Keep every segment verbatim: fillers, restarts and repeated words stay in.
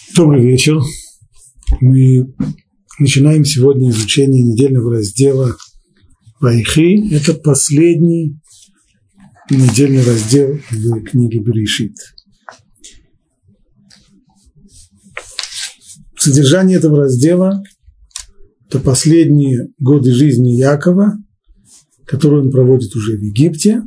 Добрый вечер. Мы начинаем сегодня изучение недельного раздела Вайхи. Это последний недельный раздел в книге Берешит. Содержание этого раздела – это последние годы жизни Якова, которые он проводит уже в Египте.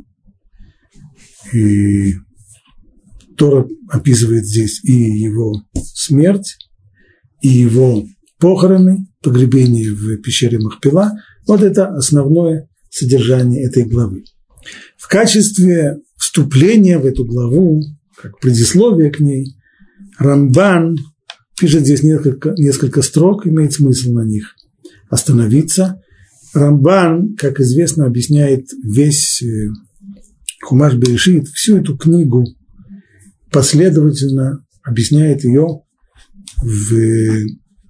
И Тора описывает здесь и его смерть, и его похороны, погребение в пещере Махпела. Вот это основное содержание этой главы. В качестве вступления в эту главу, как предисловие к ней, Рамбан пишет здесь несколько, несколько строк, имеет смысл на них остановиться. Рамбан, как известно, объясняет весь Хумаш Берешит, всю эту книгу, последовательно объясняет ее в,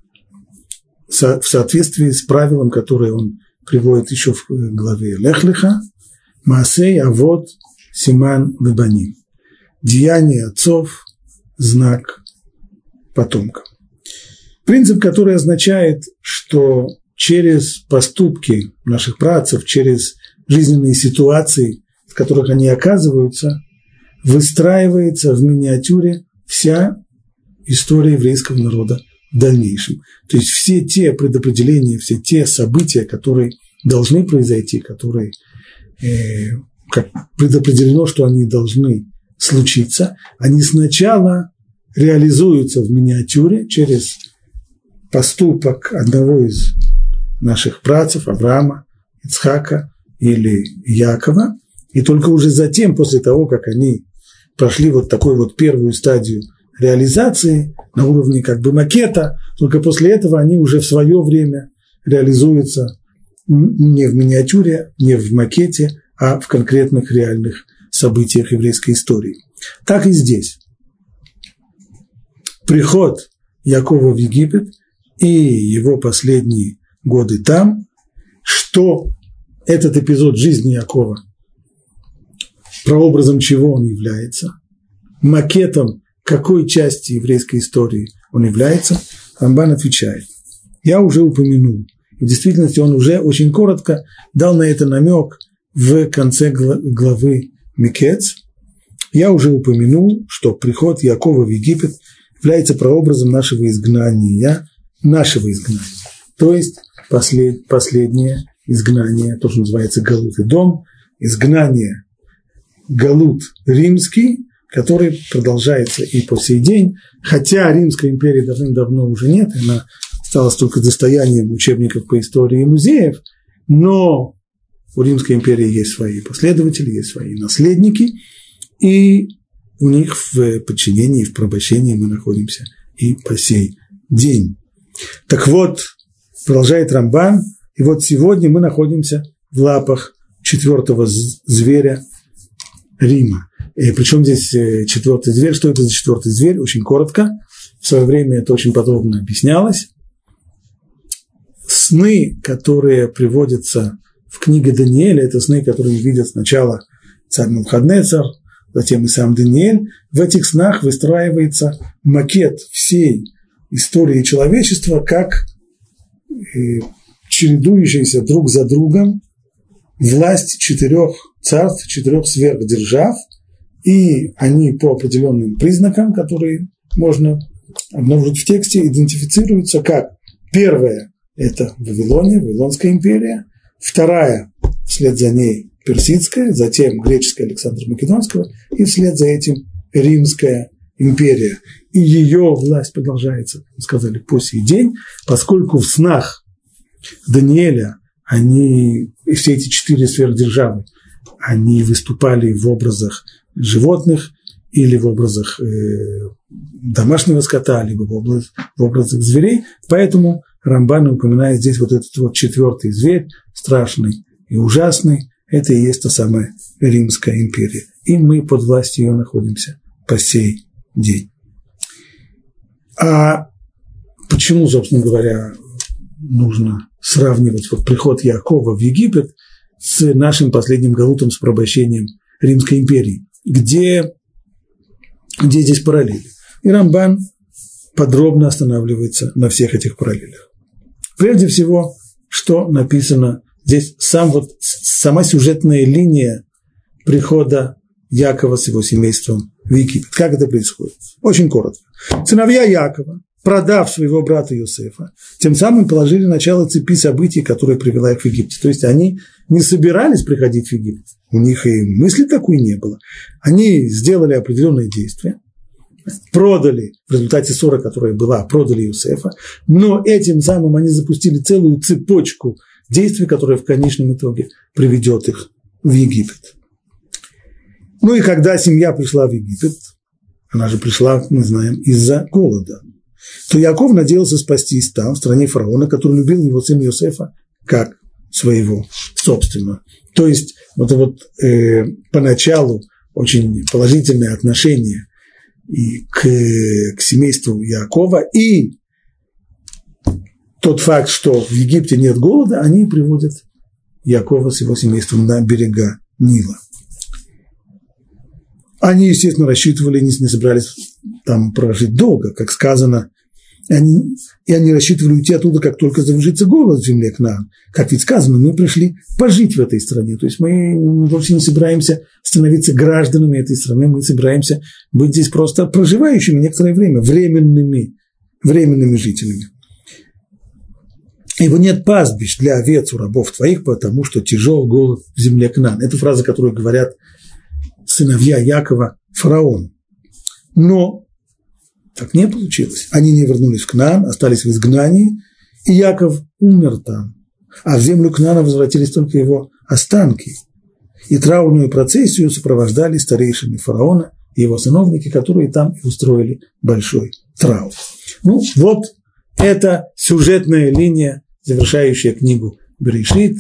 в соответствии с правилом, которое он приводит еще в главе Лех-Леха, Маасей Авот Симан Лебаним. Деяние отцов – знак потомкам. Принцип, который означает, что через поступки наших працев, через жизненные ситуации, в которых они оказываются, выстраивается в миниатюре вся история еврейского народа в дальнейшем. То есть все те предопределения, все те события, которые должны произойти, которые э, как предопределено, что они должны случиться, они сначала реализуются в миниатюре через поступок одного из наших працев, Авраама, Ицхака или Якова, и только уже затем, после того, как они прошли вот такую вот первую стадию реализации на уровне как бы макета, только после этого они уже в свое время реализуются не в миниатюре, не в макете, а в конкретных реальных событиях еврейской истории. Так и здесь. Приход Якова в Египет и его последние годы там, что этот эпизод жизни Якова, прообразом чего он является, макетом какой части еврейской истории он является, Рамбан отвечает. Я уже упомянул, в действительности он уже очень коротко дал на это намек в конце главы Микец. Я уже упомянул, что приход Якова в Египет является прообразом нашего изгнания, нашего изгнания, то есть послед, последнее изгнание, то, что называется Галут Эдом, изгнание Галут римский, который продолжается и по сей день, хотя Римской империи давным-давно уже нет, она стала только достоянием учебников по истории и музеев, но у Римской империи есть свои последователи, есть свои наследники, и у них в подчинении, в порабощении мы находимся и по сей день. Так вот, продолжает Рамбан, и вот сегодня мы находимся в лапах четвертого зверя Рима. И причем здесь четвертый зверь? Что это за четвертый зверь? Очень коротко. В свое время это очень подробно объяснялось. Сны, которые приводятся в книге Даниэля, это сны, которые видят сначала царь Навуходоносор, затем и сам Даниэль. В этих снах выстраивается макет всей истории человечества, как чередующаяся друг за другом власть четырех царств, четырех сверхдержав, и они по определенным признакам, которые можно обнаружить в тексте, идентифицируются как: первая – это Вавилония, Вавилонская империя, вторая – вслед за ней Персидская, затем греческая Александра Македонского, и вслед за этим Римская империя. И ее власть продолжается, как мы сказали, по сей день, поскольку в снах Даниэля они, и все эти четыре сверхдержавы, они выступали в образах животных или в образах э, домашнего скота, либо в, образ, в образах зверей. Поэтому Рамбан упоминает здесь вот этот вот четвертый зверь, страшный и ужасный. Это и есть та самая Римская империя. И мы под властью ее находимся по сей день. А почему, собственно говоря, нужно сравнивать вот приход Якова в Египет с нашим последним галутом, с порабощением Римской империи? Где, где здесь параллели? И Рамбан подробно останавливается на всех этих параллелях. Прежде всего, что написано здесь, сам вот, сама сюжетная линия прихода Якова с его семейством в Египет. Как это происходит? Очень коротко. Сыновья Якова, продав своего брата Иосифа, тем самым положили начало цепи событий, которая привела их в Египет. То есть они не собирались приходить в Египет, у них и мысли такой не было. Они сделали определенные действия, продали, в результате ссоры, которая была, продали Иосифа, но этим самым они запустили целую цепочку действий, которая в конечном итоге приведет их в Египет. Ну и когда семья пришла в Египет, она же пришла, мы знаем, из-за голода, то Яков надеялся спастись там, в стране фараона, который любил его сына Иосифа как своего собственного. То есть вот, вот э, поначалу очень положительное отношение и к, к семейству Якова, и тот факт, что в Египте нет голода, они приводят Якова с его семейством на берега Нила. Они, естественно, рассчитывали, не, не собирались там прожить долго, как сказано, они, и они рассчитывали уйти оттуда, как только завершится голод в земле Кнаан. Как ведь сказано, мы пришли пожить в этой стране, то есть мы вовсе не собираемся становиться гражданами этой страны, мы собираемся быть здесь просто проживающими некоторое время, временными, временными жителями. Ибо нет пастбищ для овец у рабов твоих, потому что тяжел голод в земле Кнаан. Это фраза, которую говорят сыновья Якова фараону. Но так не получилось. Они не вернулись в Кнаан, остались в изгнании, и Яков умер там. А в землю Кнаана возвратились только его останки. И траурную процессию сопровождали старейшины фараона и его сановники, которые там и устроили большой траур. Ну, вот это сюжетная линия, завершающая книгу Берешит,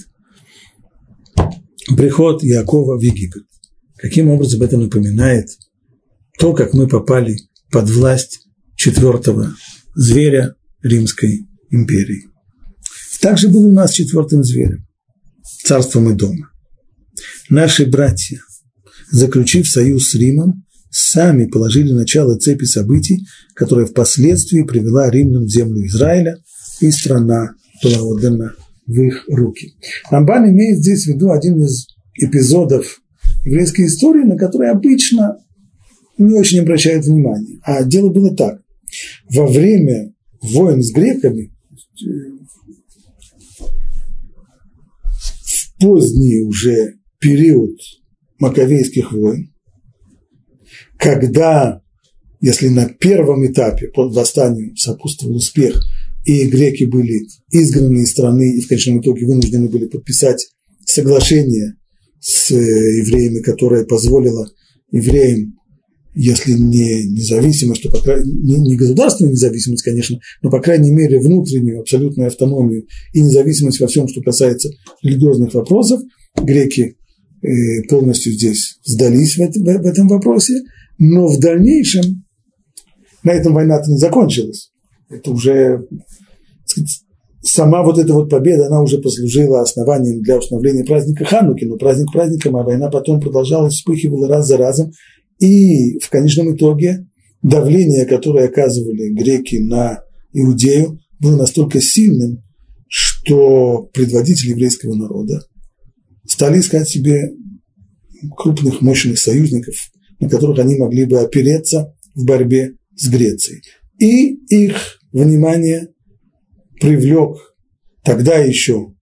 приход Якова в Египет. Каким образом это напоминает то, как мы попали под власть четвертого зверя Римской империи. Также был у нас четвертым зверем – царством Эдома. Наши братья, заключив союз с Римом, сами положили начало цепи событий, которая впоследствии привела римлян в землю Израиля, и страна была отдана в их руки. Рамбан имеет здесь в виду один из эпизодов еврейской истории, на который обычно не очень обращают внимания. А дело было так. Во время войн с греками, в поздний уже период Маковейских войн, когда, если на первом этапе под восстанию сопутствовал успех, и греки были изгнаны из страны, и в конечном итоге вынуждены были подписать соглашение с евреями, которое позволило евреям, если не независимость, то по крайней мере, не государственную независимость, конечно, но, по крайней мере, внутреннюю абсолютную автономию и независимость во всем, что касается религиозных вопросов, греки э, полностью здесь сдались в, это, в этом вопросе, но в дальнейшем на этом война-то не закончилась. Это уже, сказать, сама вот эта вот победа, она уже послужила основанием для установления праздника Хануки, но праздник праздником, а война потом продолжалась, вспыхивала раз за разом, и в конечном итоге давление, которое оказывали греки на Иудею, было настолько сильным, что предводители еврейского народа стали искать себе крупных, мощных союзников, на которых они могли бы опереться в борьбе с Грецией. И их внимание привлек тогда еще,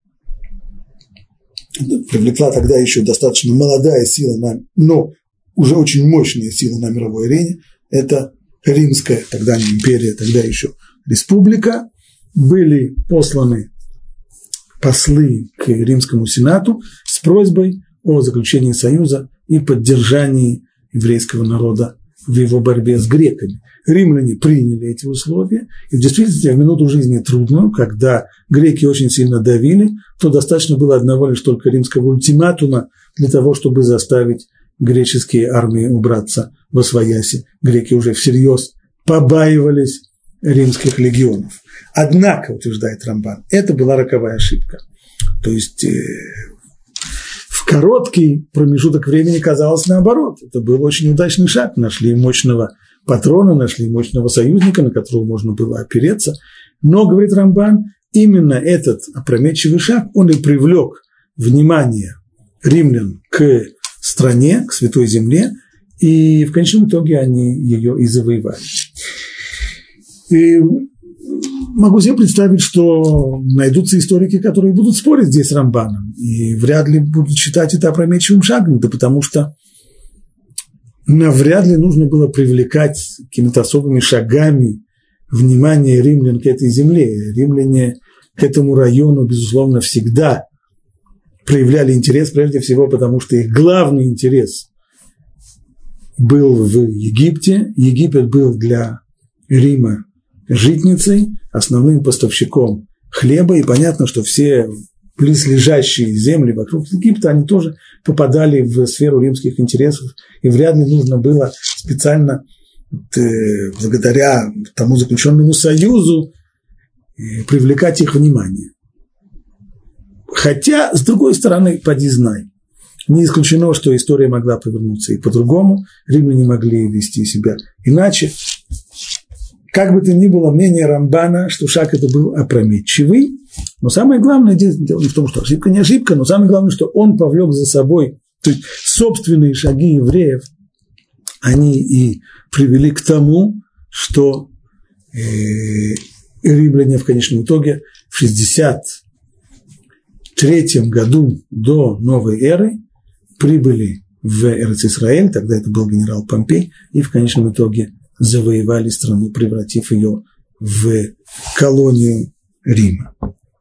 привлекла тогда еще достаточно молодая сила, но уже очень мощная сила на мировой арене, это Римская, тогда не империя, тогда еще республика. Были посланы послы к Римскому сенату с просьбой о заключении союза и поддержании еврейского народа в его борьбе с греками. Римляне приняли эти условия, и в действительности в минуту жизни трудную, когда греки очень сильно давили, то достаточно было одного лишь только римского ультиматума для того, чтобы заставить греческие армии убраться восвояси. Греки уже всерьез побаивались римских легионов. Однако, утверждает Рамбан, это была роковая ошибка. То есть э, в короткий промежуток времени казалось наоборот. Это был очень удачный шаг. Нашли мощного патрона, нашли мощного союзника, на которого можно было опереться. Но, говорит Рамбан, именно этот опрометчивый шаг, он и привлек внимание римлян к стране, к Святой Земле, и в конечном итоге они ее и завоевали. И могу себе представить, что найдутся историки, которые будут спорить здесь с Рамбаном, и вряд ли будут считать это опрометчивым шагом, да потому что навряд ли нужно было привлекать какими-то особыми шагами внимание римлян к этой земле. Римляне к этому району, безусловно, всегда проявляли интерес, прежде всего потому, что их главный интерес был в Египте. Египет был для Рима житницей, основным поставщиком хлеба, и понятно, что все близлежащие земли вокруг Египта, они тоже попадали в сферу римских интересов, и вряд ли нужно было специально, благодаря тому заключенному союзу, привлекать их внимание. Хотя, с другой стороны, поди знай, не исключено, что история могла повернуться и по-другому, римляне могли вести себя иначе. Как бы то ни было, мнение Рамбана, что шаг это был опрометчивый, но самое главное, дело не в том, что ошибка не ошибка, но самое главное, что он повлек за собой, то есть собственные шаги евреев, они и привели к тому, что э, римляне в конечном итоге в шестьдесят третьем году до новой эры прибыли в Эрец-Исраэль, тогда это был генерал Помпей, и в конечном итоге завоевали страну, превратив ее в колонию Рима.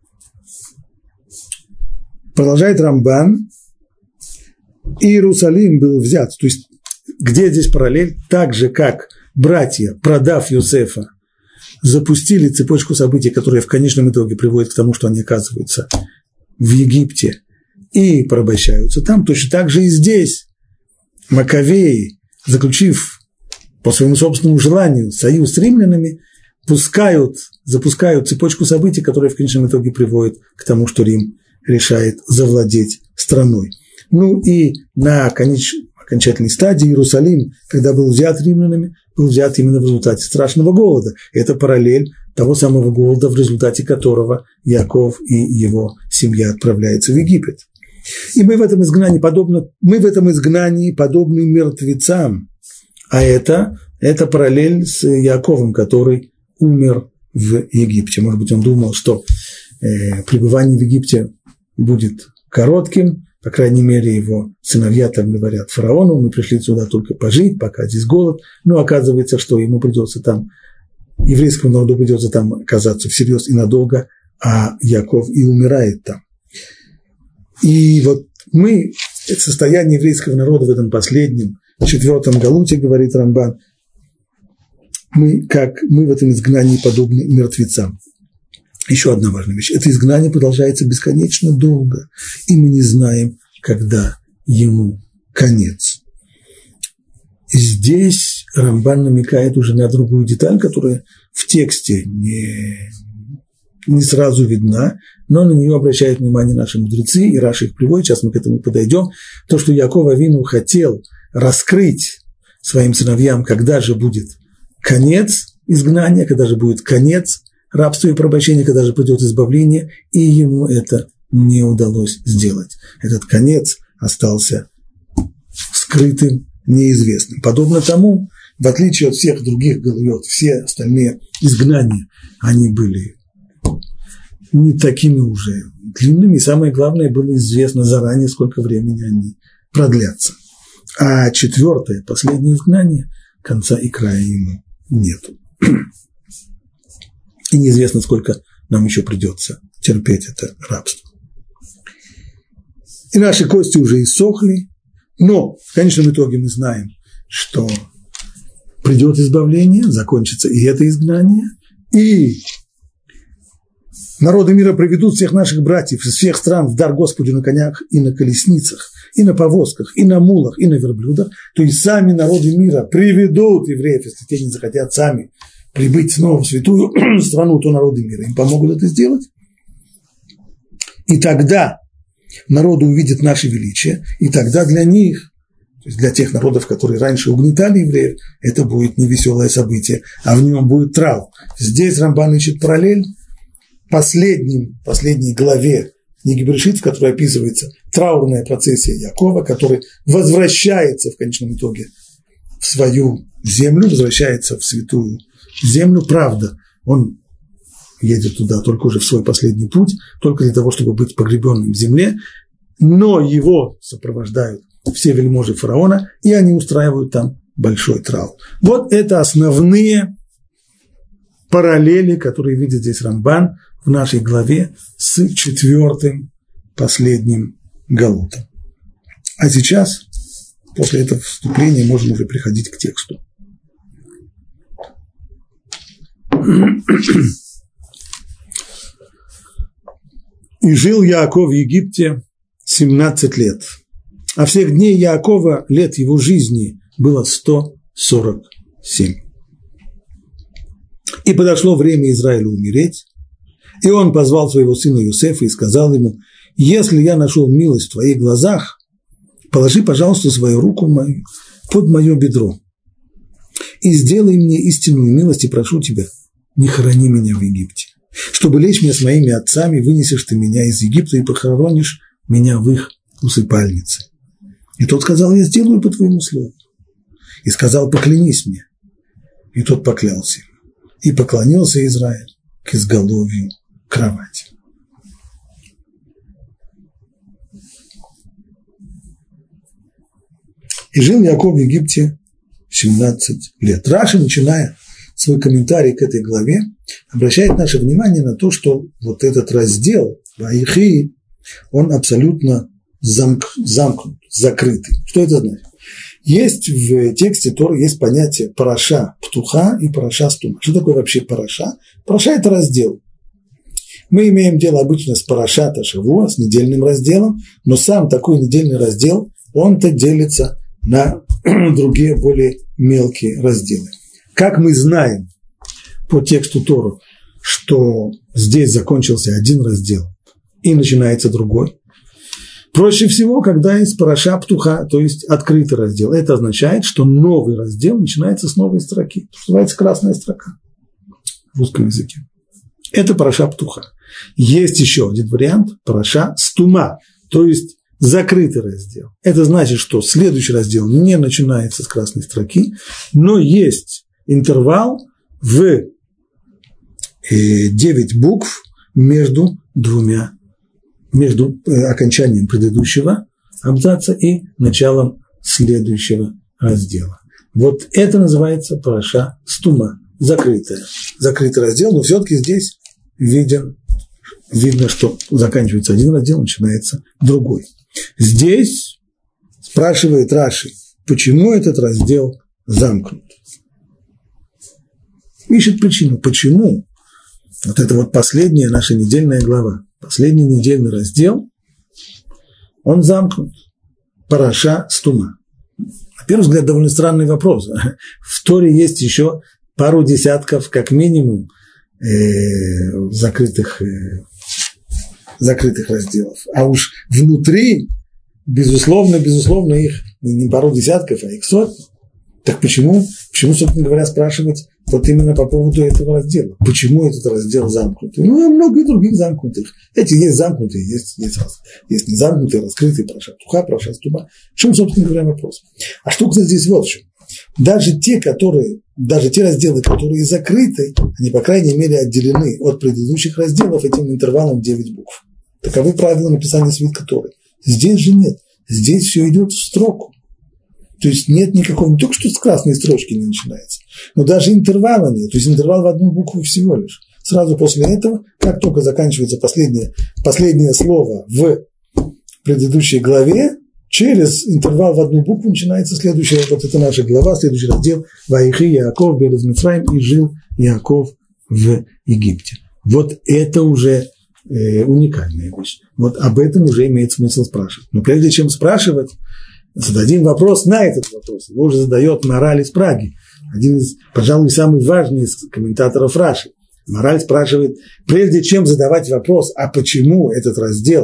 Продолжает Рамбан, Иерусалим был взят, то есть где здесь параллель, так же как братья, продав Йосефа, запустили цепочку событий, которая в конечном итоге приводит к тому, что они оказываются в Египте и порабощаются там, точно так же и здесь Маковеи, заключив по своему собственному желанию союз с римлянами, пускают, запускают цепочку событий, которая в конечном итоге приводит к тому, что Рим решает завладеть страной. Ну и на конеч... окончательной стадии Иерусалим, когда был взят римлянами, был взят именно в результате страшного голода. Это параллель того самого голода, в результате которого Яков и его семья отправляются в Египет. И мы в этом изгнании подобны, мы в этом изгнании подобны мертвецам. А это, это параллель с Яковом, который умер в Египте. Может быть, он думал, что э, пребывание в Египте будет коротким, по крайней мере, его сыновья так говорят фараону, мы пришли сюда только пожить, пока здесь голод, но оказывается, что ему придется там, еврейскому народу придется там оказаться всерьез и надолго, а Яков и умирает там. И вот мы, это состояние еврейского народа в этом последнем, четвертом галуте, говорит Рамбан, мы, как мы в этом изгнании подобны мертвецам. Еще одна важная вещь. Это изгнание продолжается бесконечно долго, и мы не знаем, когда ему конец. Здесь Рамбан намекает уже на другую деталь, которая в тексте не, не сразу видна, но на нее обращают внимание наши мудрецы, и Раши их приводит, сейчас мы к этому подойдем. То, что Яков Авину хотел раскрыть своим сыновьям, когда же будет конец изгнания, когда же будет конец рабства и порабощения, когда же придет избавление, и ему это не удалось сделать. Этот конец остался скрытым, неизвестным. Подобно тому, в отличие от всех других галуйот, все остальные изгнания, они были не такими уже длинными, и самое главное, было известно заранее, сколько времени они продлятся. А четвертое, последнее изгнание, конца и края ему нету. И неизвестно, сколько нам еще придется терпеть это рабство. И наши кости уже иссохли, но в конечном итоге мы знаем, что придет избавление, закончится и это изгнание, и народы мира приведут всех наших братьев из всех стран в дар Господу на конях и на колесницах, и на повозках, и на мулах, и на верблюдах, то есть сами народы мира приведут евреев, если те не захотят сами прибыть снова в святую страну, то народы мира им помогут это сделать. И тогда народы увидят наше величие, и тогда для них То есть для тех народов, которые раньше угнетали евреев, это будет невеселое событие, а в нем будет траур. Здесь Рамбан ищет параллель последним, последней главе книги Берешит, в которой описывается траурная процессия Якова, который возвращается в конечном итоге в свою землю, возвращается в святую землю. Правда, он едет туда только уже в свой последний путь, только для того, чтобы быть погребенным в земле, но его сопровождают все вельможи фараона, и они устраивают там большой траур. Вот это основные параллели, которые видит здесь Рамбан в нашей главе с четвертым последним галутом. А сейчас, после этого вступления, можно уже приходить к тексту. «И жил Яаков в Египте семнадцать лет, а всех дней Яакова, лет его жизни, было сто сорок семь. И подошло время Израилю умереть, и он позвал своего сына Иосифа и сказал ему: если я нашел милость в твоих глазах, положи, пожалуйста, свою руку мою под мое бедро и сделай мне истинную милость, и прошу тебя, не хорони меня в Египте. Чтобы лечь мне с моими отцами, вынесешь ты меня из Египта и похоронишь меня в их усыпальнице. И тот сказал: я сделаю по твоему слову. И сказал: поклянись мне. И тот поклялся. И поклонился Израиль к изголовью кровати. И жил Яаков в Египте семнадцать лет. Раши, начиная свой комментарий к этой главе, обращает наше внимание на то, что вот этот раздел Ваихи, он абсолютно замк, замкнут, закрытый. Что это значит? Есть в тексте Торы есть понятие параша птуха и параша стума. Что такое вообще параша? Параша – это раздел. Мы имеем дело обычно с параша ташавуа, с недельным разделом, но сам такой недельный раздел, он-то делится на другие более мелкие разделы. Как мы знаем по тексту Торы, что здесь закончился один раздел и начинается другой? Проще всего, когда есть параша птуха, то есть открытый раздел. Это означает, что новый раздел начинается с новой строки. Это называется красная строка в русском языке. Это параша птуха. Есть еще один вариант – параша стума, то есть закрытый раздел. Это значит, что следующий раздел не начинается с красной строки, но есть интервал в девять букв между двумя, между окончанием предыдущего абзаца и началом следующего раздела. Вот это называется параша стума, закрытая, закрытый раздел, но все-таки здесь виден, видно, что заканчивается один раздел, начинается другой. Здесь спрашивает Раши, почему этот раздел замкнут. Ищет причину, почему вот это вот последняя наша недельная глава, последний недельный раздел, он замкнут. Параша стума. На первый взгляд, довольно странный вопрос. В Торе есть еще пару десятков, как минимум, э, закрытых, э, закрытых разделов. А уж внутри, безусловно, безусловно, их не пару десятков, а их сотни. Так почему, почему, собственно говоря, спрашивать вот именно по поводу этого раздела? Почему этот раздел замкнутый? Ну, и много других замкнутых. Эти есть замкнутые, есть, есть, есть незамкнутые, раскрытые, параша птуха, параша стума. В чем, собственно говоря, вопрос? А штука здесь вот в чем. Даже те, которые, даже те разделы, которые закрыты, они, по крайней мере, отделены от предыдущих разделов этим интервалом девять букв. Таковы правила написания свитка Торы. Здесь же нет. Здесь все идет в строку. То есть нет никакого, не только что с красной строчки не начинается, но даже интервала нет. То есть интервал в одну букву всего лишь. Сразу после этого, как только заканчивается последнее, последнее слово в предыдущей главе, через интервал в одну букву начинается следующая, вот это наша глава, следующий раздел «Ваихи Яаков берез Мицраим» и жил Яаков в Египте. Вот это уже э, уникальная вещь. Вот об этом уже имеет смысл спрашивать. Но прежде чем спрашивать, зададим вопрос на этот вопрос. Его уже задает Мораль из Праги, один из, пожалуй, самый важный из комментаторов Раши. Мораль спрашивает, прежде чем задавать вопрос, а почему этот раздел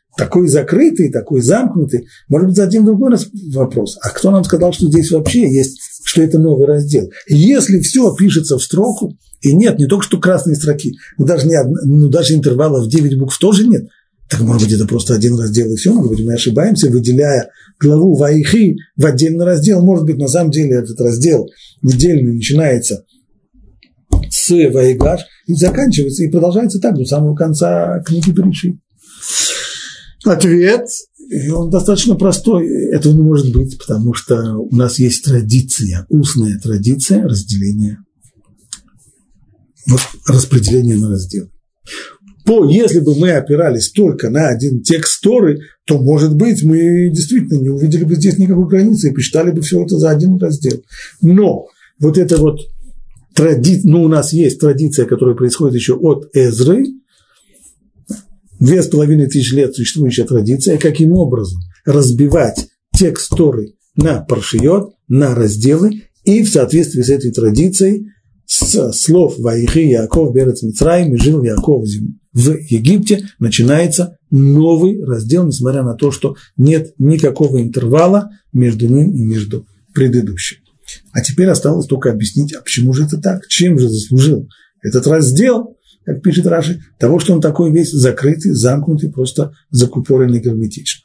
такой закрытый, такой замкнутый. Может быть, зададим другой вопрос. А кто нам сказал, что здесь вообще есть, что это новый раздел? Если все пишется в строку, и нет, не только что красные строки, но даже, не одна, ну, даже интервалов девять букв тоже нет, так, может быть, это просто один раздел и все, может быть, мы ошибаемся, выделяя главу Ваихи в отдельный раздел. Может быть, на самом деле этот раздел недельный начинается с Ваигаш и заканчивается, и продолжается так до самого конца книги Берешит. Ответ, и он достаточно простой, этого не может быть, потому что у нас есть традиция, устная традиция разделения, вот, распределения на разделы. То, если бы мы опирались только на один текст Торы, то, может быть, мы действительно не увидели бы здесь никакой границы и посчитали бы все это за один раздел. Но вот это вот традиция, ну, у нас есть традиция, которая происходит еще от Эзры, две с половиной тысячи лет существующая традиция, каким образом разбивать текст Торы на паршиот, на разделы, и в соответствии с этой традицией с слов «Ваихи Яаков берец Мицраим» и «Жил Яаков в Египте» начинается новый раздел, несмотря на то, что нет никакого интервала между ним и между предыдущим. А теперь осталось только объяснить, а почему же это так, чем же заслужил этот раздел, как пишет Раши, того, что он такой весь закрытый, замкнутый, просто закупоренный герметично.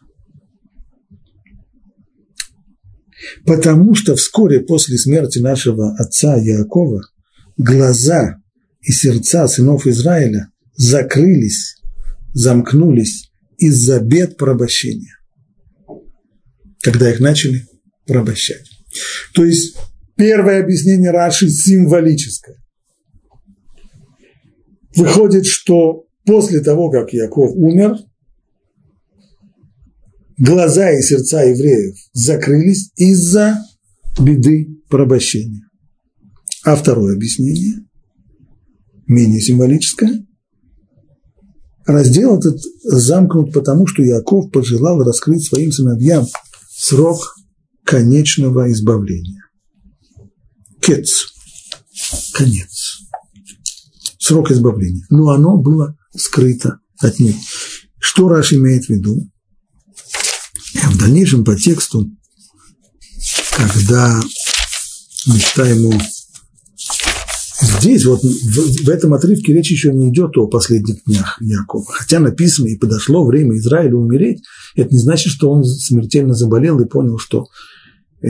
Потому что вскоре после смерти нашего отца Яакова глаза и сердца сынов Израиля закрылись, замкнулись из-за бед порабощения, когда их начали порабощать. То есть первое объяснение Раши символическое. Выходит, что после того, как Яаков умер, глаза и сердца евреев закрылись из-за беды порабощения. А второе объяснение, менее символическое, раздел этот замкнут потому, что Яаков пожелал раскрыть своим сыновьям срок конечного избавления. Кец. Конец. Срок избавления. Но оно было скрыто от них. Что Раши имеет в виду? В дальнейшем по тексту, когда мы читаем его здесь, вот в, в этом отрывке речь еще не идет о последних днях Яакова. Хотя написано, и подошло время Израилю умереть, это не значит, что он смертельно заболел и понял, что, э,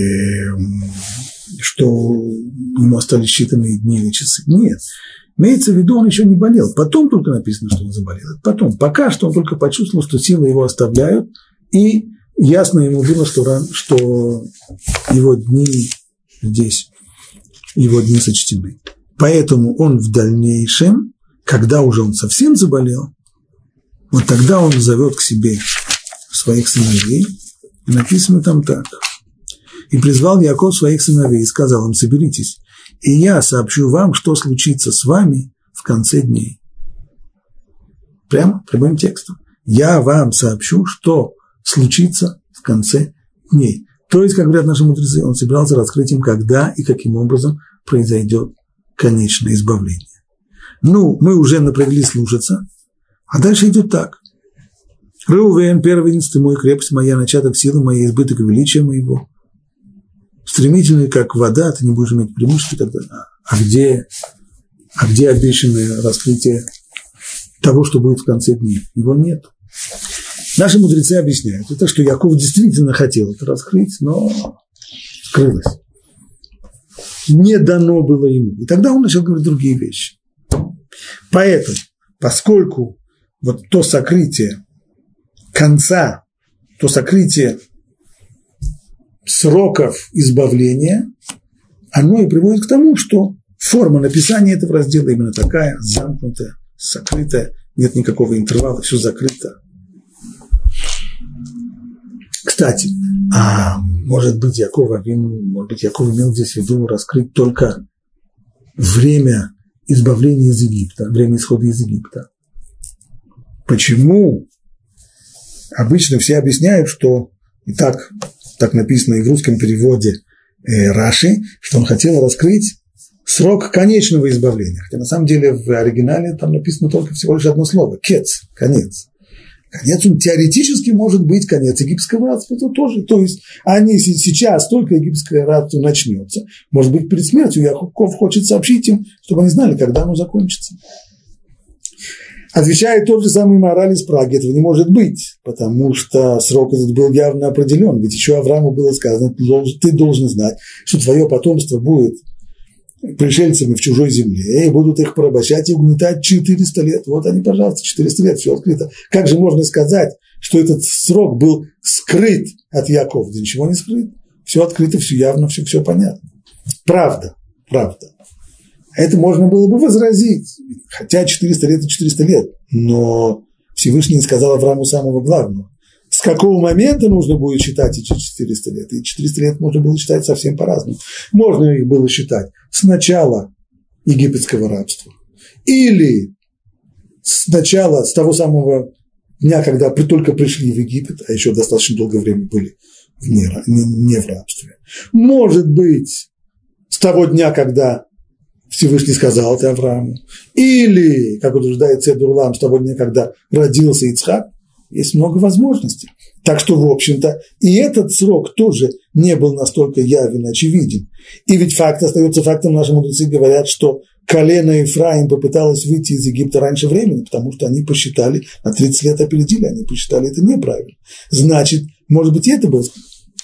что ему остались считанные дни или часы. Нет. Имеется в виду, он еще не болел. Потом только написано, что он заболел. Потом. Пока что он только почувствовал, что силы его оставляют, и ясно ему было, что, что его дни здесь, его дни сочтены. Поэтому он в дальнейшем, когда уже он совсем заболел, вот тогда он зовет к себе своих сыновей, и написано там так. «И призвал Яаков своих сыновей, и сказал им: соберитесь, и я сообщу вам, что случится с вами в конце дней». Прямо прямым текстом. «Я вам сообщу, что случится в конце дней». То есть, как говорят наши мудрецы, он собирался раскрыть им, когда и каким образом произойдет конечное избавление. Ну, мы уже напрягли слушаться, а дальше идет так. «Реувен, первенец ты мой, крепость моя, начаток силы моей, избыток и величия моего. Стремительный, как вода, ты не будешь иметь преимущества и так далее». А где, а где обещанное раскрытие того, что будет в конце дней? Его нет. Наши мудрецы объясняют, это что Яаков действительно хотел это раскрыть, но скрылось. Не дано было ему. И тогда он начал говорить другие вещи. Поэтому, поскольку вот то сокрытие конца, то сокрытие сроков избавления, оно и приводит к тому, что форма написания этого раздела именно такая, замкнутая, сокрытая, нет никакого интервала, все закрыто. Кстати, а может быть, Яаков, может быть, Яаков имел здесь в виду раскрыть только время избавления из Египта, время исхода из Египта. Почему? Обычно все объясняют, что, и так, так написано и в русском переводе э, Раши, что он хотел раскрыть срок конечного избавления. Хотя на самом деле в оригинале там написано только всего лишь одно слово – кец, конец. Конец, он теоретически может быть конец египетского рабства, это тоже. То есть они сейчас, только египетское рабство начнется, может быть, перед смертью Яков хочет сообщить им, чтобы они знали, когда оно закончится. Отвечает тот же самый Маораль из Праги, этого не может быть, потому что срок этот был явно определен. Ведь еще Аврааму было сказано, ты должен, ты должен знать, что твое потомство будет пришельцами в чужой земле, и будут их порабощать и угнетать четыреста лет. Вот они, пожалуйста, четыреста лет, все открыто. Как же можно сказать, что этот срок был скрыт от Якова? Да ничего не скрыт. Все открыто, все явно, все, все понятно. Правда, правда. Это можно было бы возразить, хотя четыреста лет – это четыреста лет, но Всевышний не сказал Аврааму самого главного. С какого момента нужно будет считать эти четыреста лет? И четыреста лет можно было считать совсем по-разному. Можно их было считать с начала египетского рабства или с начала, с того самого дня, когда только пришли в Египет, а еще достаточно долгое время были не, не в рабстве. Может быть, с того дня, когда Всевышний сказал это Аврааму, или, как утверждает Седер Улам, с того дня, когда родился Ицхак. Есть много возможностей. Так что, в общем-то, и этот срок тоже не был настолько явен, очевиден. И ведь факт остается фактом, наши мудрецы говорят, что колено Ефраим попыталось выйти из Египта раньше времени, потому что они посчитали, на тридцать лет опередили, они посчитали это неправильно. Значит, может быть, и это было.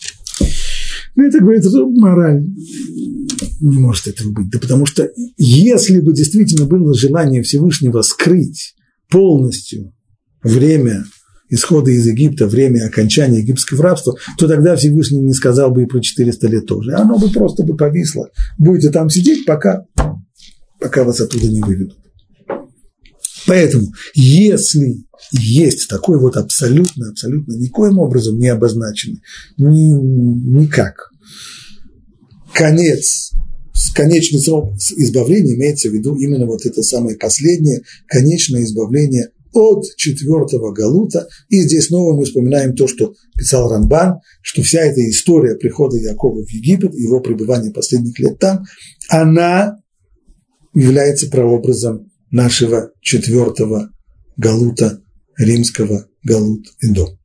Ну, это говорит, мораль. Не может этого быть. Да потому что, если бы действительно было желание Всевышнего скрыть полностью время исхода из Египта, время окончания египетского рабства, то тогда Всевышний не сказал бы и про четыреста лет тоже. Оно бы просто бы повисло. Будете там сидеть, пока, пока вас оттуда не выведут. Поэтому, если есть такой вот абсолютно, абсолютно никоим образом не обозначенный, ни, никак, конец, конечный срок избавления, имеется в виду именно вот это самое последнее, конечное избавление от четвертого галута. И здесь снова мы вспоминаем то, что писал Рамбан, что вся эта история прихода Якова в Египет, его пребывания последних лет там, она является прообразом нашего четвертого галута, римского галут Эдом.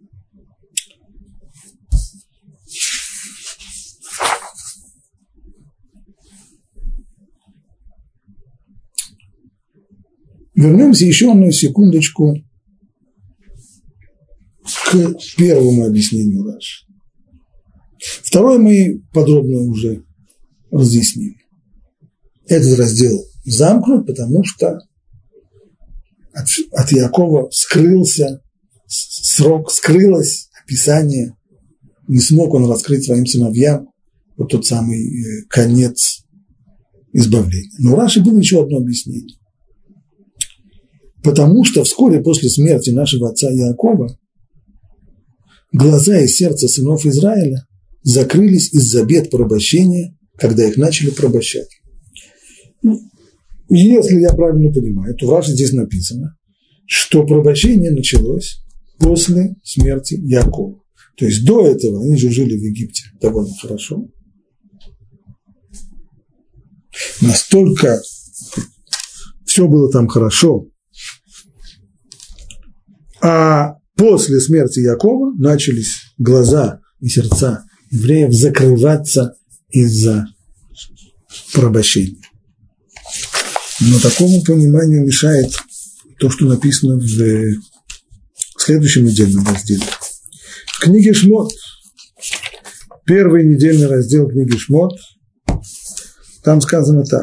Вернемся еще на секундочку к первому объяснению Раши. Второе мы подробно уже разъяснили. Этот раздел замкнут, потому что от, от Якова скрылся срок, скрылось описание, не смог он раскрыть своим сыновьям вот тот самый конец избавления. Но у Раши было еще одно объяснение. Потому что вскоре после смерти нашего отца Иакова глаза и сердце сынов Израиля закрылись из-за бед порабощения, когда их начали порабощать. Если я правильно понимаю, то в Раши здесь написано, что порабощение началось после смерти Иакова. То есть до этого они же жили в Египте довольно хорошо. Настолько все было там хорошо. А после смерти Якова начались глаза и сердца евреев закрываться из-за порабощения. Но такому пониманию мешает то, что написано в следующем недельном разделе. В книге Шмот, первый недельный раздел книги Шмот, там сказано так.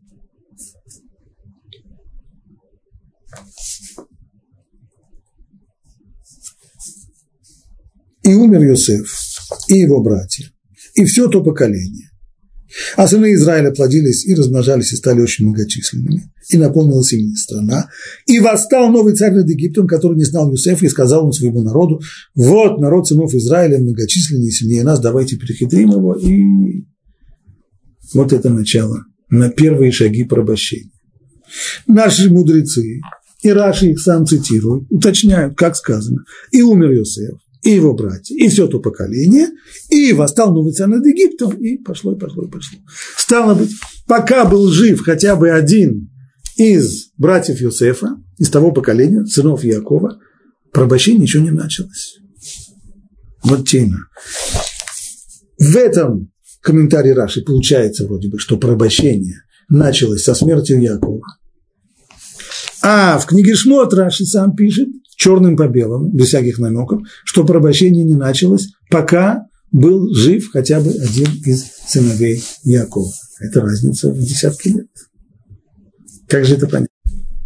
И умер Йосеф, и его братья, и все то поколение. А сыны Израиля плодились и размножались, и стали очень многочисленными, и наполнилась ими страна. И восстал новый царь над Египтом, который не знал Йосефа, и сказал он своему народу: вот народ сынов Израиля многочисленнее и сильнее нас, давайте перехитрим его. И вот это начало на первые шаги порабощения. Наши мудрецы, и Раши их сам цитирует, уточняют, как сказано: и умер Йосеф, и его братья, и все то поколение, и восстал новый царь над Египтом, и пошло, и пошло, и пошло. Стало быть, пока был жив хотя бы один из братьев Йосефа, из того поколения, сынов Иакова, порабощение еще не началось. Вот тема. В этом комментарии Раши получается вроде бы, что порабощение началось со смертью Якова. А в книге Шмот Раши сам пишет, черным по белому, без всяких намеков, что порабощение не началось, пока был жив хотя бы один из сыновей Якова. Это разница в десятки лет. Как же это понять?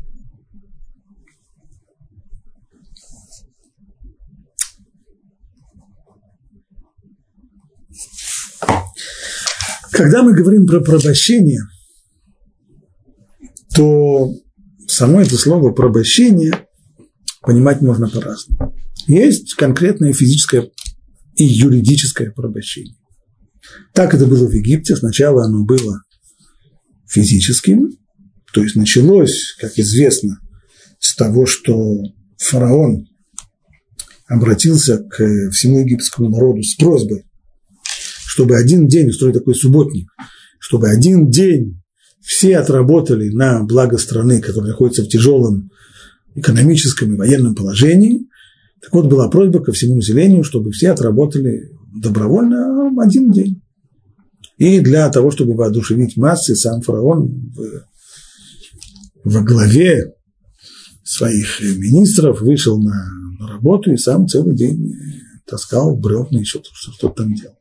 Когда мы говорим про порабощение, то само это слово порабощение понимать можно по-разному. Есть конкретное физическое и юридическое порабощение. Так это было в Египте. Сначала оно было физическим, то есть началось, как известно, с того, что фараон обратился к всему египетскому народу с просьбой, чтобы один день, устроить такой субботник, чтобы один день все отработали на благо страны, которая находится в тяжелом экономическом и военном положении. Так вот, была просьба ко всему населению, чтобы все отработали добровольно один день. И для того, чтобы воодушевить массы, сам фараон в, во главе своих министров вышел на, на работу и сам целый день таскал бревна, еще что-то там делал.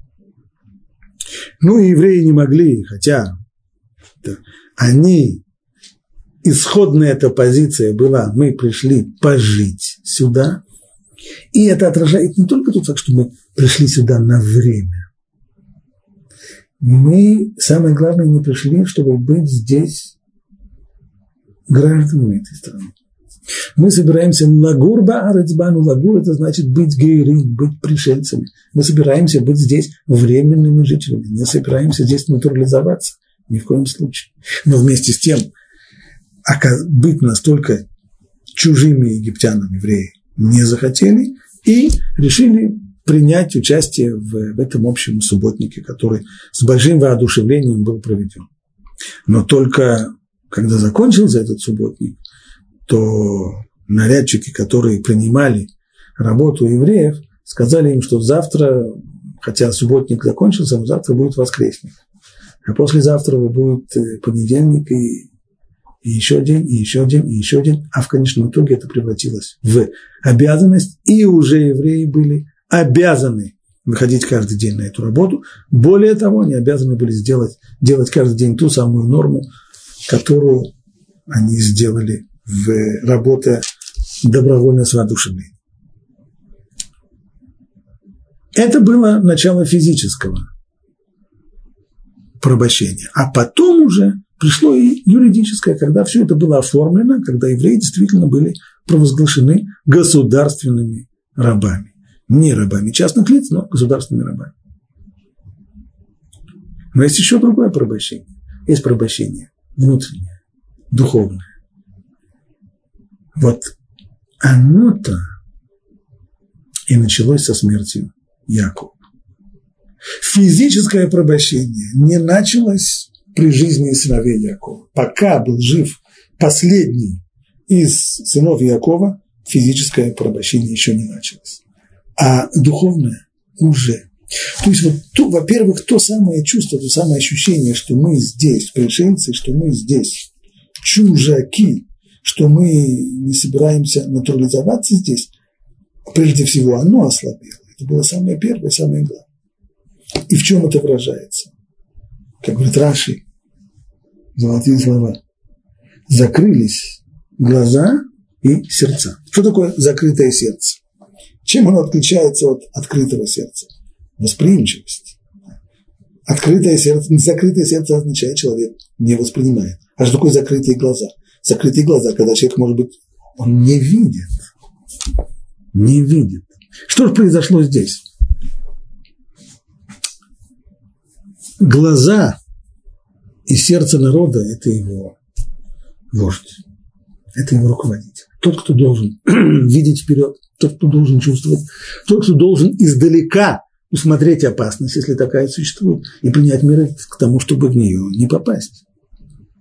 Ну, и евреи не могли, хотя да, они, исходная эта позиция была, мы пришли пожить сюда, и это отражает не только тот факт, что мы пришли сюда на время. Мы, самое главное, не пришли, чтобы быть здесь гражданами этой страны. Мы собираемся лагур баарецбану. Лагур – это значит быть гейрим, быть пришельцами. Мы собираемся быть здесь временными жителями. Не собираемся здесь натурализоваться. Ни в коем случае. Но вместе с тем быть настолько чужими египтянам евреи не захотели и решили принять участие в, в этом общем субботнике, который с большим воодушевлением был проведен. Но только когда закончился этот субботник, то нарядчики, которые принимали работу евреев, сказали им, что завтра, хотя субботник закончился, но завтра будет воскресник. А послезавтра будет понедельник и, и еще день, и еще день, и еще день. А в конечном итоге это превратилось в обязанность, и уже евреи были обязаны выходить каждый день на эту работу. Более того, они обязаны были сделать, делать каждый день ту самую норму, которую они сделали в работе добровольно с воодушевлением. Это было начало физического порабощения. А потом уже пришло и юридическое, когда все это было оформлено, когда евреи действительно были провозглашены государственными рабами. Не рабами частных лиц, но государственными рабами. Но есть еще другое порабощение. Есть порабощение внутреннее, духовное. Вот оно-то и началось со смертью Якова. Физическое порабощение не началось при жизни сыновей Якова. Пока был жив последний из сынов Якова, физическое порабощение еще не началось. А духовное уже. То есть, вот, то, во-первых, то самое чувство, то самое ощущение, что мы здесь пришельцы, что мы здесь чужаки, что мы не собираемся натурализоваться здесь, прежде всего оно ослабело. Это было самое первое, самое главное. И в чем это выражается? Как говорит Раши, золотые слова. Закрылись глаза и сердца. Что такое закрытое сердце? Чем оно отличается от открытого сердца? Восприимчивость. Открытое сердце, закрытое сердце означает, человек не воспринимает. А что такое закрытые глаза? Закрытые глаза, когда человек, может быть, он не видит. Не видит. Что же произошло здесь? Глаза и сердце народа – это его вождь, это его руководитель. Тот, кто должен видеть вперед, тот, кто должен чувствовать, тот, кто должен издалека усмотреть опасность, если такая существует, и принять меры к тому, чтобы в нее не попасть.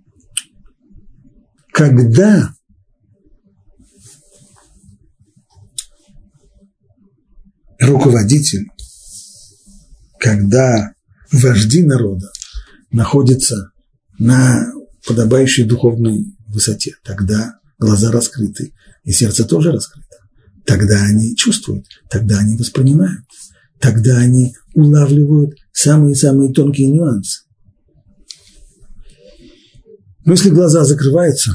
Когда руководитель, когда вожди народа находятся на подобающей духовной высоте, тогда глаза раскрыты, и сердце тоже раскрыто. Тогда они чувствуют, тогда они воспринимают, тогда они улавливают самые-самые тонкие нюансы. Но если глаза закрываются,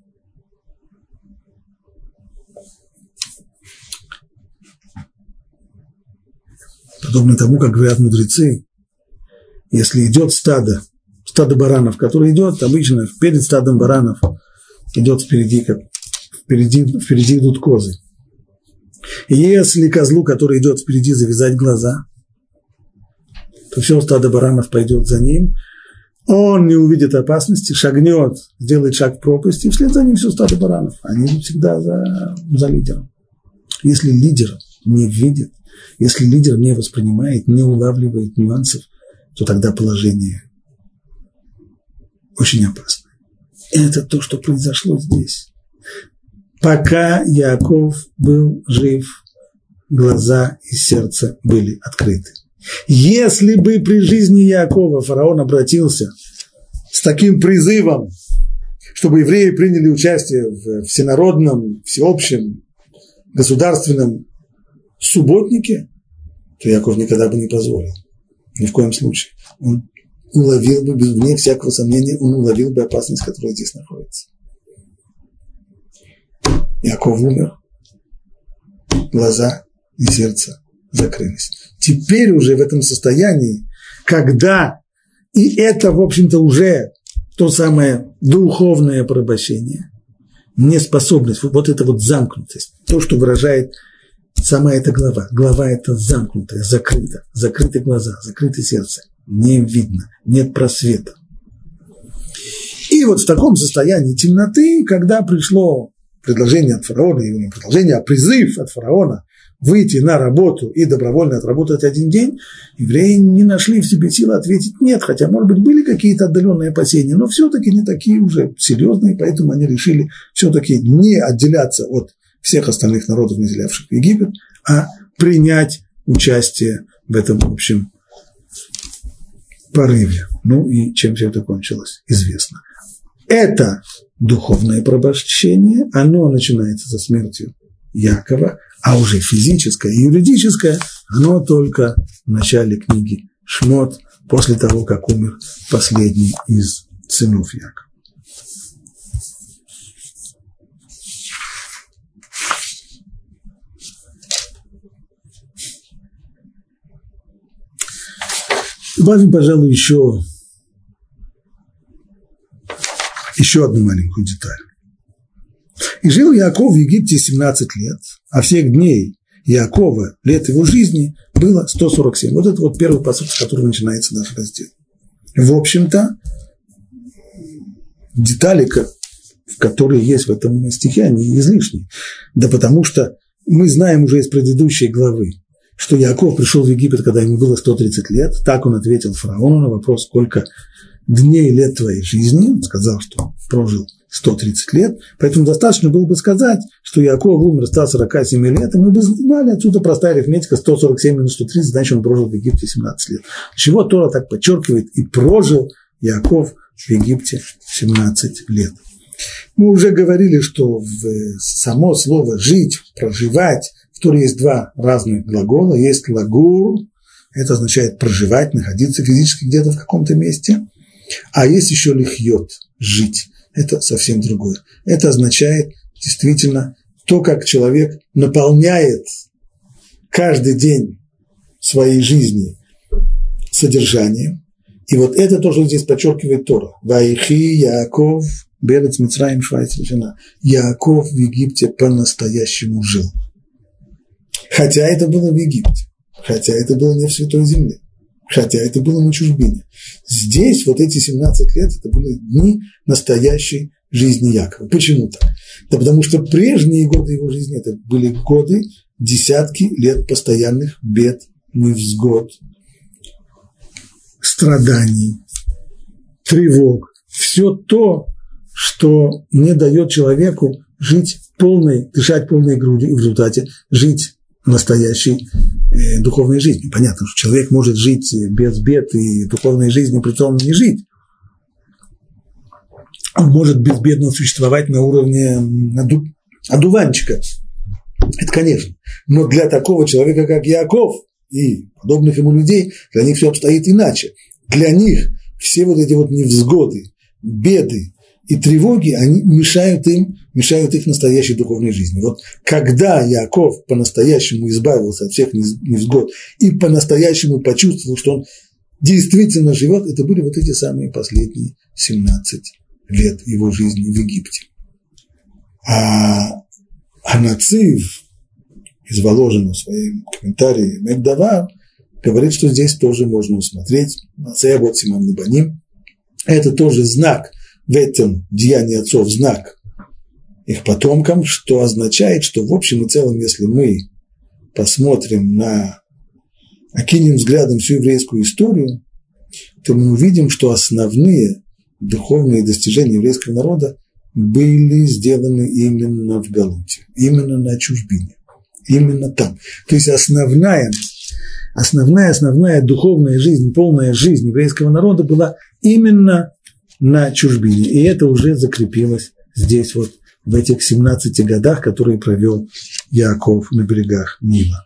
подобно тому, как говорят мудрецы, если идет стадо, стадо баранов, которое идет обычно перед стадом баранов, идет впереди, как впереди, впереди идут козы. И если козлу, который идет впереди, завязать глаза, то все стадо баранов пойдет за ним, он не увидит опасности, шагнет, сделает шаг в пропасть, и вслед за ним все стадо баранов. Они всегда за, за лидером. Если лидер не видит, если лидер не воспринимает, не улавливает нюансов, то тогда положение очень опасно. Это то, что произошло здесь. Пока Яаков был жив, глаза и сердце были открыты. Если бы при жизни Яакова фараон обратился с таким призывом, чтобы евреи приняли участие в всенародном, всеобщем, государственном субботнике, то Яаков никогда бы не позволил. Ни в коем случае. Он уловил бы, без вне всякого сомнения, он уловил бы опасность, которая здесь находится. Яаков умер, глаза и сердце закрылись. Теперь уже в этом состоянии, когда, и это, в общем-то, уже то самое духовное порабощение, неспособность, вот эта вот замкнутость, то, что выражает сама эта глава. Глава эта замкнутая, закрыта, закрыты глаза, закрыто сердце, не видно, нет просвета. И вот в таком состоянии темноты, когда пришло предложение от фараона, или не предложение, а призыв от фараона выйти на работу и добровольно отработать один день, евреи не нашли в себе силы ответить нет, хотя, может быть, были какие-то отдаленные опасения, но все-таки не такие уже серьезные, поэтому они решили все-таки не отделяться от всех остальных народов, населявших Египет, а принять участие в этом общем порыве. Ну и чем все это кончилось, известно. Это духовное порабощение, оно начинается со смертью Яакова, а уже физическое и юридическое, оно только в начале книги Шмот, после того, как умер последний из сынов Яакова. Добавим, пожалуй, еще, еще одну маленькую деталь. И жил Яаков в Египте семнадцать лет, а всех дней Яакова, лет его жизни, было сто сорок семь. Вот это вот первый пассаж, с которого начинается наш раздел. В общем-то, детали, которые есть в этом стихе, они излишни. Да потому что мы знаем уже из предыдущей главы, что Яаков пришел в Египет, когда ему было сто тридцать лет. Так он ответил фараону на вопрос, сколько дней лет твоей жизни. Он сказал, что прожил сто тридцать лет. Поэтому достаточно было бы сказать, что Яаков умер ста сорока семи лет, и мы бы знали, отсюда простая арифметика, сто сорок семь минус сто тридцать, значит, он прожил в Египте семнадцать лет. Чего Тора так подчеркивает, и прожил Яаков в Египте семнадцать лет. Мы уже говорили, что в само слово «жить», «проживать», в Торе есть два разных глагола. Есть лагур, это означает проживать, находиться физически где-то в каком-то месте. А есть еще лихьот, жить. Это совсем другое. Это означает действительно то, как человек наполняет каждый день своей жизни содержанием. И вот это то, что здесь подчеркивает Тора. Ваихи Яаков берец Мицраим швайцер жена. Яаков в Египте по-настоящему жил. Хотя это было в Египте, хотя это было не в Святой Земле, хотя это было на чужбине. Здесь вот эти семнадцать лет, это были дни настоящей жизни Яакова. Почему так? Да потому что прежние годы его жизни, это были годы, десятки лет постоянных бед, невзгод, страданий, тревог. Все то, что не дает человеку жить полной, дышать полной грудью и в результате жить настоящей, э, духовной жизнью. Понятно, что человек может жить без бед и духовной жизнью, при том не жить. Он может безбедно существовать на уровне наду... одуванчика. Это конечно. Но для такого человека, как Яаков и подобных ему людей, для них все обстоит иначе. Для них все вот эти вот невзгоды, беды и тревоги, они мешают им, мешают их настоящей духовной жизни. Вот когда Яаков по-настоящему избавился от всех невзгод и по-настоящему почувствовал, что он действительно живет, это были вот эти самые последние семнадцать лет его жизни в Египте. А Анацив из Воложина в своем комментарии Мегдавар говорит, что здесь тоже можно усмотреть Мацея вот Симан Либаним. Это тоже знак в этом деянии отцов, знак их потомкам, что означает, что в общем и целом, если мы посмотрим на, окинем взглядом всю еврейскую историю, то мы увидим, что основные духовные достижения еврейского народа были сделаны именно в Галуте, именно на чужбине, именно там. То есть основная, основная, основная духовная жизнь, полная жизнь еврейского народа была именно на чужбине. И это уже закрепилось здесь вот в этих семнадцати годах, которые провел Яаков на берегах Нила.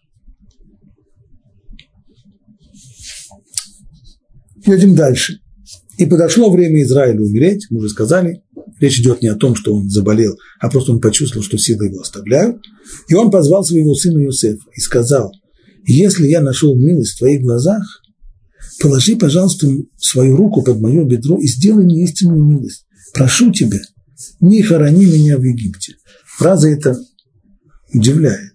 Идем дальше. И подошло время Израилю умереть, мы уже сказали, речь идет не о том, что он заболел, а просто он почувствовал, что силы его оставляют. И он позвал своего сына Иосифа и сказал: если я нашел милость в твоих глазах, положи, пожалуйста, свою руку под мое бедро и сделай мне истинную милость. Прошу тебя, не хорони меня в Египте. Фраза эта удивляет.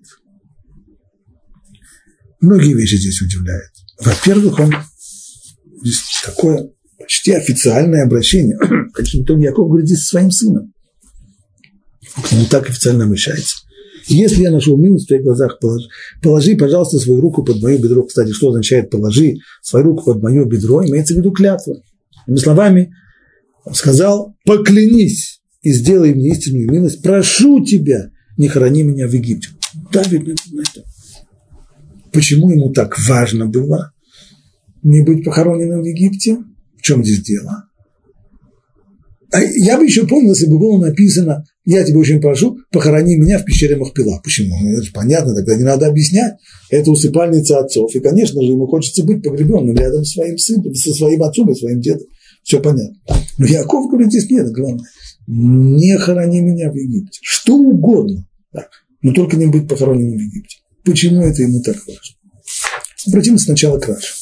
Многие вещи здесь удивляют. Во-первых, он здесь такое почти официальное обращение. В конечном итоге Яаков говорит здесь со своим сыном. Он к нему так официально обращается. Если я нашел милость в твоих глазах, положи, положи, пожалуйста, свою руку под мое бедро. Кстати, что означает положи свою руку под мое бедро? Имеется в виду клятва. Этими словами он сказал: поклянись и сделай мне истинную милость. Прошу тебя, не хорони меня в Египте. Давид, это. Почему ему так важно было не быть похороненным в Египте? В чем здесь дело? А я бы еще понял, если бы было написано: я тебя очень прошу, похорони меня в пещере Махпела. Почему? Это же понятно, тогда не надо объяснять. Это усыпальница отцов. И, конечно же, ему хочется быть погребенным рядом со своим сыном, со своим отцом и своим дедом. Все понятно. Но Яаков говорит, здесь нет, главное: не хорони меня в Египте. Что угодно. Так, но только не быть похороненным в Египте. Почему это ему так важно? Обратимся сначала к Раши.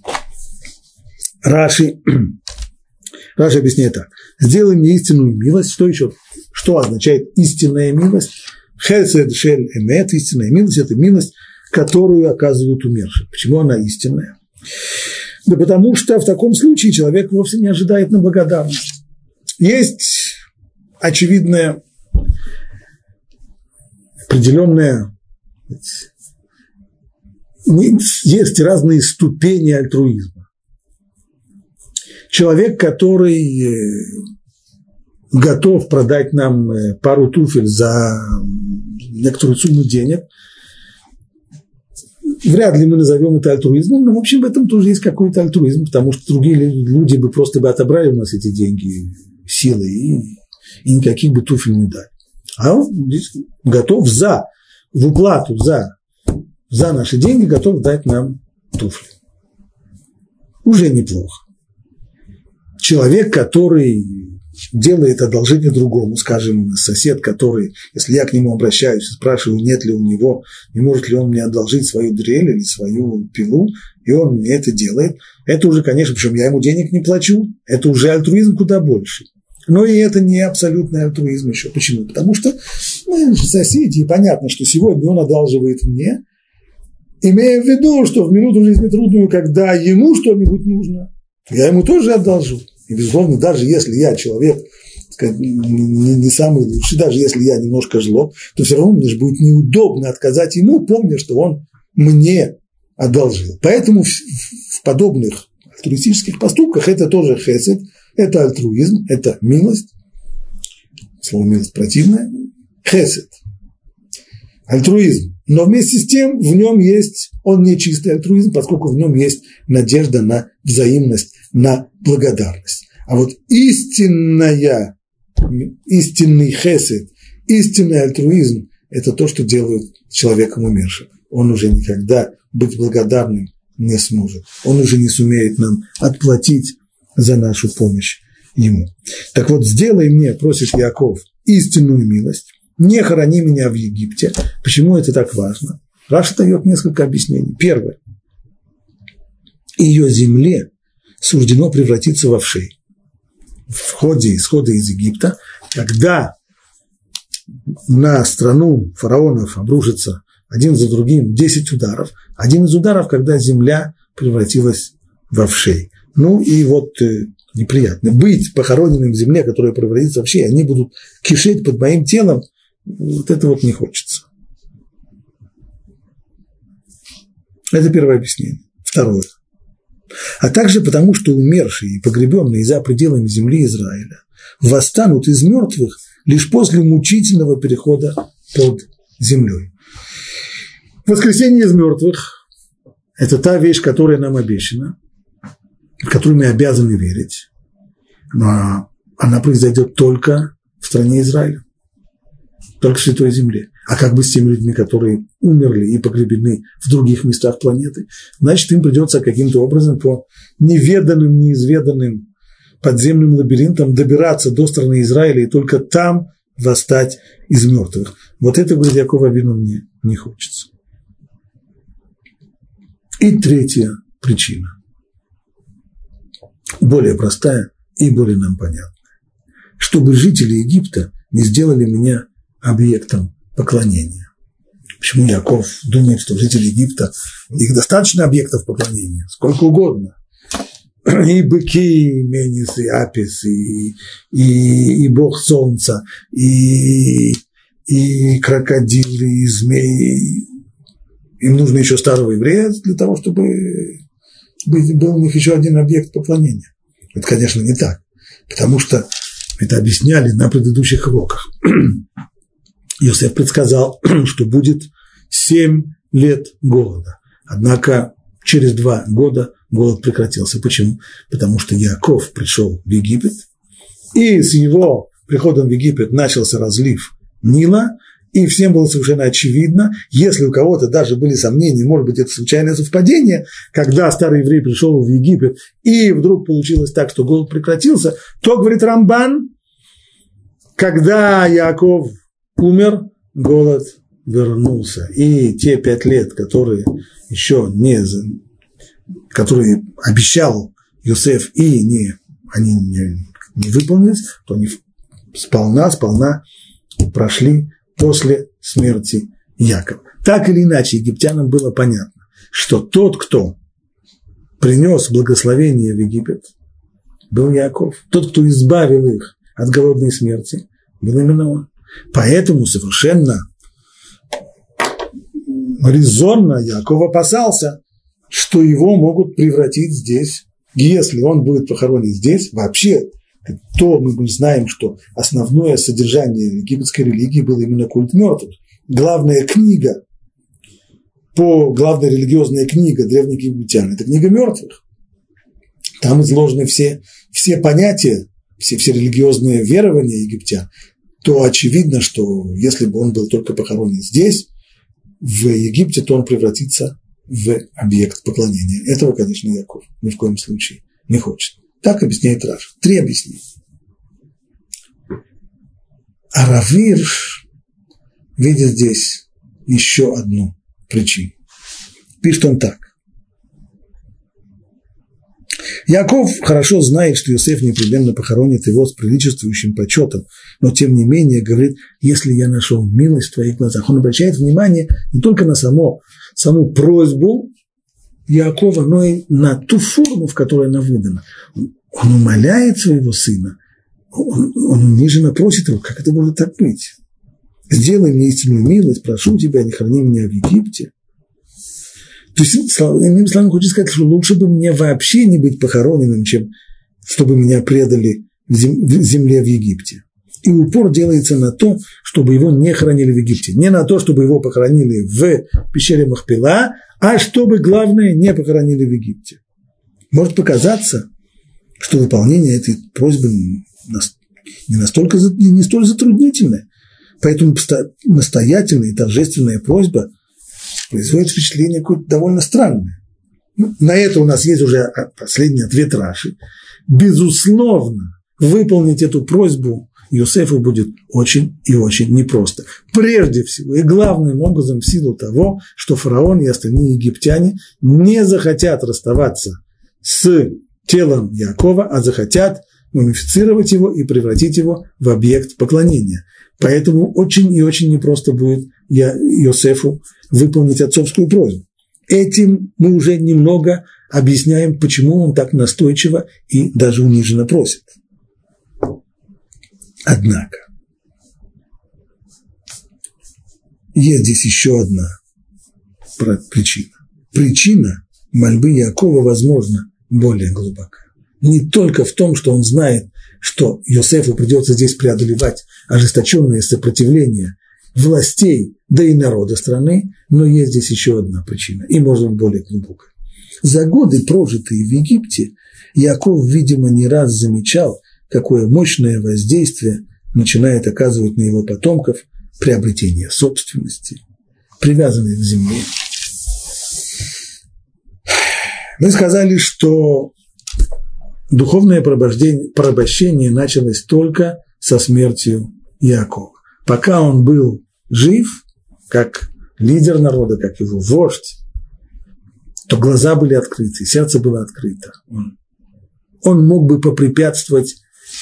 Раши, Раши объясняет так: сделай мне истинную милость. Что еще? Что означает истинная милость? Хесед шель эмет, истинная милость – это милость, которую оказывают умершие. Почему она истинная? Да потому что в таком случае человек вовсе не ожидает на благодарность. Есть очевидная, определенная, есть разные ступени альтруизма. Человек, который готов продать нам пару туфель за некоторую сумму денег, вряд ли мы назовем это альтруизмом, но в общем в этом тоже есть какой-то альтруизм, потому что другие люди бы просто бы отобрали у нас эти деньги силой и, и никаких бы туфель не дали. А он здесь готов за, в уплату за, за наши деньги готов дать нам туфли. Уже неплохо. Человек, который делает одолжение другому, скажем, сосед, который, если я к нему обращаюсь и спрашиваю, нет ли у него, не может ли он мне одолжить свою дрель или свою пилу, и он мне это делает, это уже, конечно, причем я ему денег не плачу, это уже альтруизм куда больше. Но и это не абсолютный альтруизм еще. Почему? Потому что мы же соседи, и понятно, что сегодня он одалживает мне, имея в виду, что в минуту жизни трудную, когда ему что-нибудь нужно, я ему тоже одолжу. И, безусловно, даже если я человек не, не самый лучший, даже если я немножко жлоб, то все равно мне же будет неудобно отказать ему, помня, что он мне одолжил. Поэтому в, в подобных альтруистических поступках это тоже хесед, это альтруизм, это милость. Слово милость противное. Хесед. альтруизм. Но вместе с тем в нем есть, он не чистый альтруизм, поскольку в нем есть надежда на взаимность, на благодарность. А вот истинная, истинный хесед, истинный альтруизм – это то, что делают с человеком умершим. Он уже никогда быть благодарным не сможет. Он уже не сумеет нам отплатить за нашу помощь ему. Так вот, сделай мне, просит Яаков, истинную милость, не хорони меня в Египте. Почему это так важно? Раша дает несколько объяснений. Первое. Ее земле суждено превратиться в овшей. В ходе исхода из Египта, когда на страну фараонов обрушится один за другим десять ударов, один из ударов, когда земля превратилась в овшей. Ну и вот э, неприятно. Быть похороненным в земле, которая превратится в овшей, они будут кишеть под моим телом, вот это вот не хочется. Это первое объяснение. Второе. А также потому, что умершие и погребенные за пределами земли Израиля восстанут из мертвых лишь после мучительного перехода под землей. Воскресение из мертвых – это та вещь, которая нам обещана, в которую мы обязаны верить, но она произойдет только в стране Израиля, только в Святой Земле. А как бы с теми людьми, которые умерли и погребены в других местах планеты? Значит, им придется каким-то образом по неведанным, неизведанным подземным лабиринтам добираться до страны Израиля и только там восстать из мертвых. Вот это, говорит Яаков Авину, мне не хочется. И третья причина, более простая и более нам понятная. Чтобы жители Египта не сделали меня объектом поклонения. Почему Яаков думает, что жители Египта, их достаточно объектов поклонения, сколько угодно. И быки, и Менис, и Апис, и, и, и бог солнца, и, и крокодилы, и змеи. Им нужно еще старого еврея для того, чтобы был у них еще один объект поклонения. Это, конечно, не так, потому что это объясняли на предыдущих уроках. Йосеф предсказал, что будет семь лет голода. Однако через два года голод прекратился. Почему? Потому что Яаков пришел в Египет, и с его приходом в Египет начался разлив Нила, и всем было совершенно очевидно, если у кого-то даже были сомнения, может быть, это случайное совпадение, когда старый еврей пришел в Египет, и вдруг получилось так, что голод прекратился, то, говорит Рамбан, когда Яаков умер, голод вернулся. И те пять лет, которые еще не, которые обещал Йосеф, и не, они не, не выполнились, то они сполна, сполна прошли после смерти Якова. Так или иначе, египтянам было понятно, что тот, кто принес благословение в Египет, был Яаков. Тот, кто избавил их от голодной смерти, был именно он. Поэтому совершенно резонно Яаков опасался, что его могут превратить здесь. Если он будет похоронен здесь, вообще, то мы знаем, что основное содержание египетской религии было именно культ мертвых. Главная книга, по, главная религиозная книга древних египтян – это книга мертвых. Там изложены все, все понятия, все, все религиозные верования египтян. То очевидно, что если бы он был только похоронен здесь, в Египте, то он превратится в объект поклонения. Этого, конечно, Яаков ни в коем случае не хочет. Так объясняет Раша. Три объяснения. А Рав Ирш видит здесь еще одну причину. Пишет он так. Яаков хорошо знает, что Йосеф непременно похоронит его с приличествующим почетом, но тем не менее говорит, если я нашел милость в твоих глазах. Он обращает внимание не только на само, саму просьбу Яакова, но и на ту форму, в которой она выдана. Он, он умоляет своего сына, он, он униженно просит его, как это может так быть? Сделай мне истинную милость, прошу тебя, не храни меня в Египте. То есть, иными словами, хочется сказать, что лучше бы мне вообще не быть похороненным, чем чтобы меня предали в земле в Египте. И упор делается на то, чтобы его не хоронили в Египте. Не на то, чтобы его похоронили в пещере Махпела, а чтобы, главное, не похоронили в Египте. Может показаться, что выполнение этой просьбы не настолько, не столь затруднительное. Поэтому настоятельная и торжественная просьба производит впечатление какое-то довольно странное. На это у нас есть уже последний ответ Раши. Безусловно, выполнить эту просьбу Йосефу будет очень и очень непросто. Прежде всего и главным образом в силу того, что фараон и остальные египтяне не захотят расставаться с телом Яакова, а захотят мумифицировать его и превратить его в объект поклонения. Поэтому очень и очень непросто будет Йосефу выполнить отцовскую просьбу. Этим мы уже немного объясняем, почему он так настойчиво и даже униженно просит. Однако, есть здесь еще одна причина. Причина мольбы Яакова, возможно, более глубока. Не только в том, что он знает, что Йосефу придется здесь преодолевать ожесточенное сопротивление властей, да и народа страны, но есть здесь еще одна причина, и, может быть, более глубокая. За годы, прожитые в Египте, Яаков, видимо, не раз замечал, какое мощное воздействие начинает оказывать на его потомков приобретение собственности, привязанной к земле. Мы сказали, что духовное порабощение началось только со смертью Яакова. Пока он был жив, как лидер народа, как его вождь, то глаза были открыты, сердце было открыто. Он, он мог бы попрепятствовать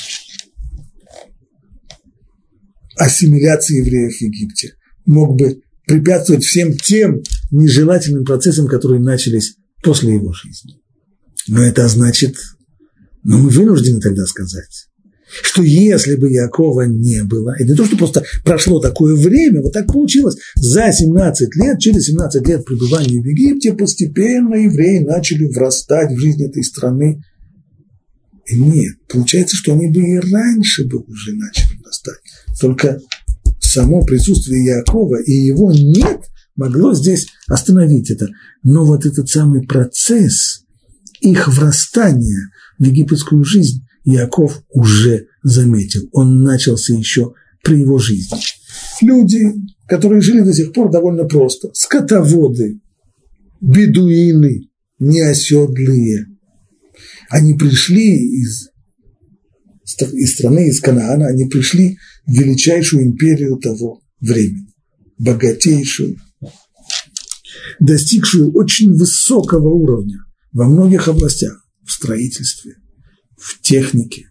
ассимиляции евреев в Египте, мог бы препятствовать всем тем нежелательным процессам, которые начались после его жизни. Но это значит, но мы вынуждены тогда сказать, что если бы Яакова не было, это не то, что просто прошло такое время, вот так получилось, за семнадцать лет, через семнадцать лет пребывания в Египте постепенно евреи начали врастать в жизнь этой страны. И нет, получается, что они бы и раньше бы уже начали врастать. Только само присутствие Яакова и его нет могло здесь остановить это. Но вот этот самый процесс их врастания в египетскую жизнь Яаков уже заметил. Он начался еще при его жизни. Люди, которые жили до сих пор довольно просто, скотоводы, бедуины, неоседлые, они пришли из, из страны, из Канаана, они пришли в величайшую империю того времени, богатейшую, достигшую очень высокого уровня во многих областях, в строительстве, в технике.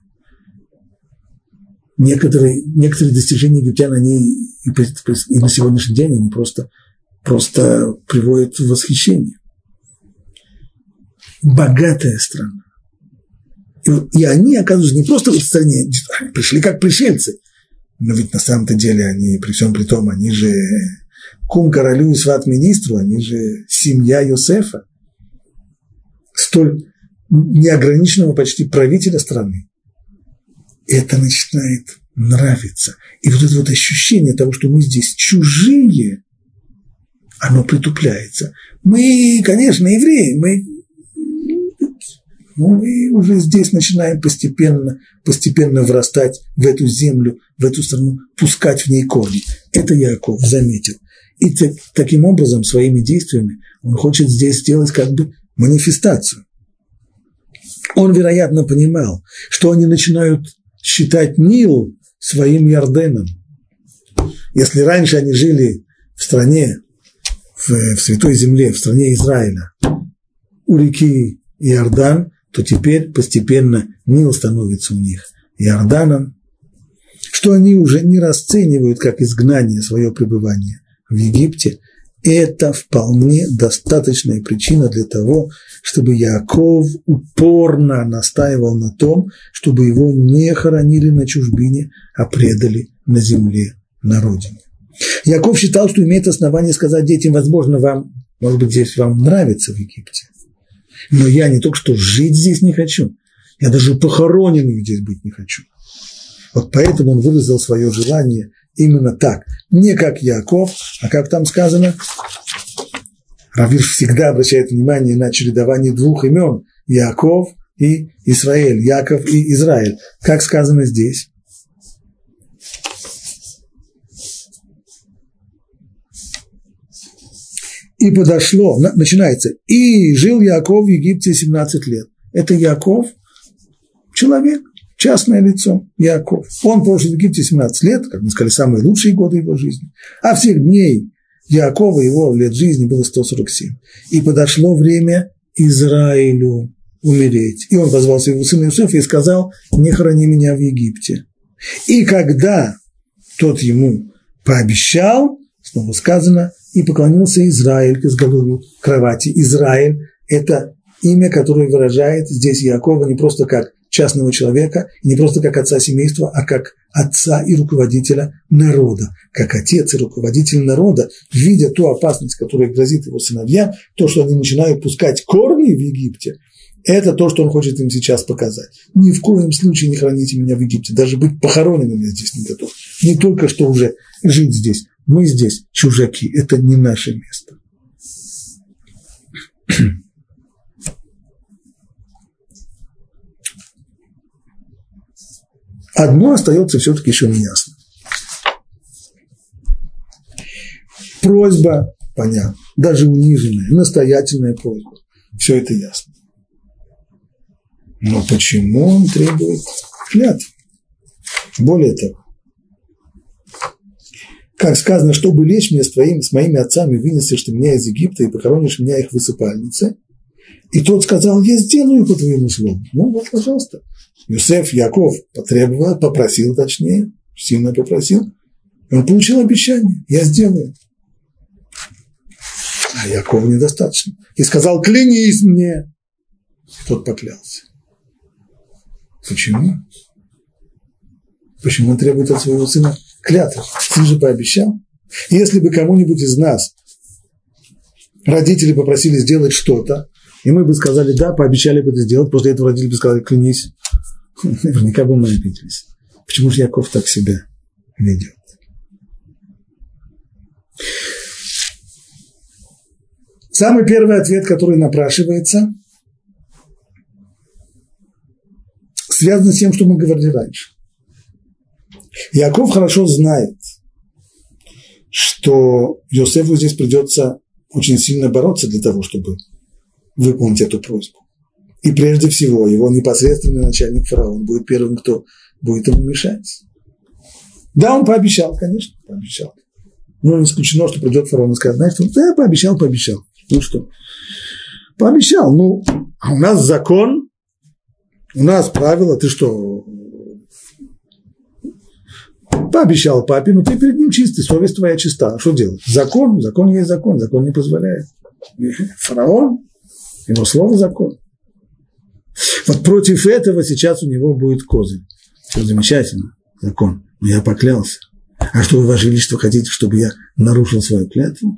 Некоторые, некоторые достижения египтян, они и, и на сегодняшний день они просто, просто приводят в восхищение. Богатая страна. И, и они оказываются не просто в этой стране, пришли как пришельцы, но ведь на самом-то деле они, при всем при том, они же кум королю и сват министру, они же семья Йосефа, столь неограниченного почти правителя страны. Это начинает нравиться. И вот это вот ощущение того, что мы здесь чужие, оно притупляется. Мы, конечно, евреи, мы, мы уже здесь начинаем постепенно, постепенно врастать в эту землю, в эту страну, пускать в ней корни. Это Яаков заметил. И так, таким образом, своими действиями, он хочет здесь сделать как бы манифестацию. Он, вероятно, понимал, что они начинают считать Нил своим Ярденом. Если раньше они жили в стране, в, в Святой Земле, в стране Израиля, у реки Иордан, то теперь постепенно Нил становится у них Иорданом, что они уже не расценивают как изгнание свое пребывание в Египте. Это вполне достаточная причина для того, чтобы Яаков упорно настаивал на том, чтобы его не хоронили на чужбине, а предали на земле, на родине. Яаков считал, что имеет основание сказать детям: возможно, вам, может быть, здесь вам нравится в Египте, но я не только что жить здесь не хочу, я даже похороненным здесь быть не хочу. Вот поэтому он выразил свое желание именно так. Не как Яаков, а как там сказано. Рав Ирш всегда обращает внимание на чередование двух имен. Яаков и Исраэль. Яков и Израиль. Как сказано здесь. И подошло, начинается, и жил Яаков в Египте семнадцать лет. Это Яаков, человек, частное лицо, Яаков. Он прожил в Египте семнадцать лет, как мы сказали, самые лучшие годы его жизни. А всех дней Яакова, его лет жизни было сто сорок семь. И подошло время Израилю умереть. И он позвал своего сына Иосифа и сказал: не храни меня в Египте. И когда тот ему пообещал, снова сказано, и поклонился Израиль к изголовью кровати. Израиль – это имя, которое выражает здесь Яакова не просто как частного человека, не просто как отца семейства, а как отца и руководителя народа. Как отец и руководитель народа, видя ту опасность, которая грозит его сыновьям, то, что они начинают пускать корни в Египте, это то, что он хочет им сейчас показать. Ни в коем случае не храните меня в Египте, даже быть похороненным я здесь не готов. Не только что уже жить здесь. Мы здесь чужаки, это не наше место. Одно остается все-таки еще неясно. Просьба, понятно, даже униженная, настоятельная просьба, все это ясно. Но почему он требует клятвы? Более того, как сказано, чтобы лечь мне с, твоими, с моими отцами, вынесешь ты меня из Египта и похоронишь меня их в высыпальнице. И тот сказал: я сделаю по твоему слову. Ну вот, пожалуйста. Йосеф, Яаков потребовал, попросил, точнее, сильно попросил. И он получил обещание: я сделаю. А Яакову недостаточно. И сказал: клянись мне. И тот поклялся. Почему? Почему он требует от своего сына клятвы? Сын же пообещал. Если бы кому-нибудь из нас родители попросили сделать что-то, и мы бы сказали: да, пообещали бы это сделать, после этого родители бы сказали: клянись, наверняка бы мы обиделись. Почему же Яаков так себя ведет? Самый первый ответ, который напрашивается, связан с тем, что мы говорили раньше. Яаков хорошо знает, что Йосефу здесь придется очень сильно бороться для того, чтобы выполнить эту просьбу. И прежде всего его непосредственный начальник фараон будет первым, кто будет ему мешать. Да, он пообещал, конечно, пообещал. Но не исключено, что придет фараон и скажет: знаешь, да, пообещал, пообещал. Ну что, пообещал, ну, а у нас закон, у нас правила, ты что, пообещал папе, ну ты перед ним чистый, совесть твоя чиста, а что делать? Закон, закон есть закон, закон не позволяет. Фараон, его слово закон. Вот против этого сейчас у него будет козырь. Все замечательно, закон, но я поклялся. А что вы, Ваше Величество, хотите, чтобы я нарушил свою клятву?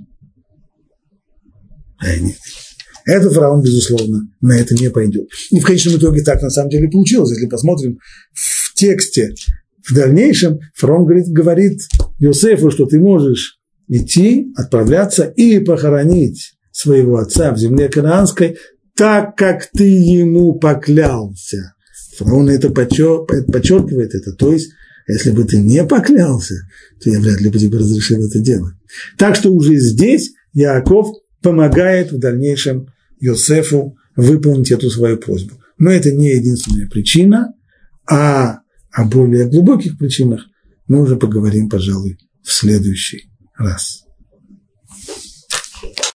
А нет. Это фараон, безусловно, на это не пойдет. И в конечном итоге так на самом деле получилось. Если посмотрим в тексте, в дальнейшем фараон говорит, говорит Йосефу, что ты можешь идти, отправляться и похоронить своего отца в земле Канаанской, так, как ты ему поклялся. Фараон это подчеркивает, это, то есть, если бы ты не поклялся, то я вряд ли бы тебе разрешил это делать. Так что уже здесь Яаков помогает в дальнейшем Йосефу выполнить эту свою просьбу. Но это не единственная причина, а о более глубоких причинах мы уже поговорим, пожалуй, в следующий раз.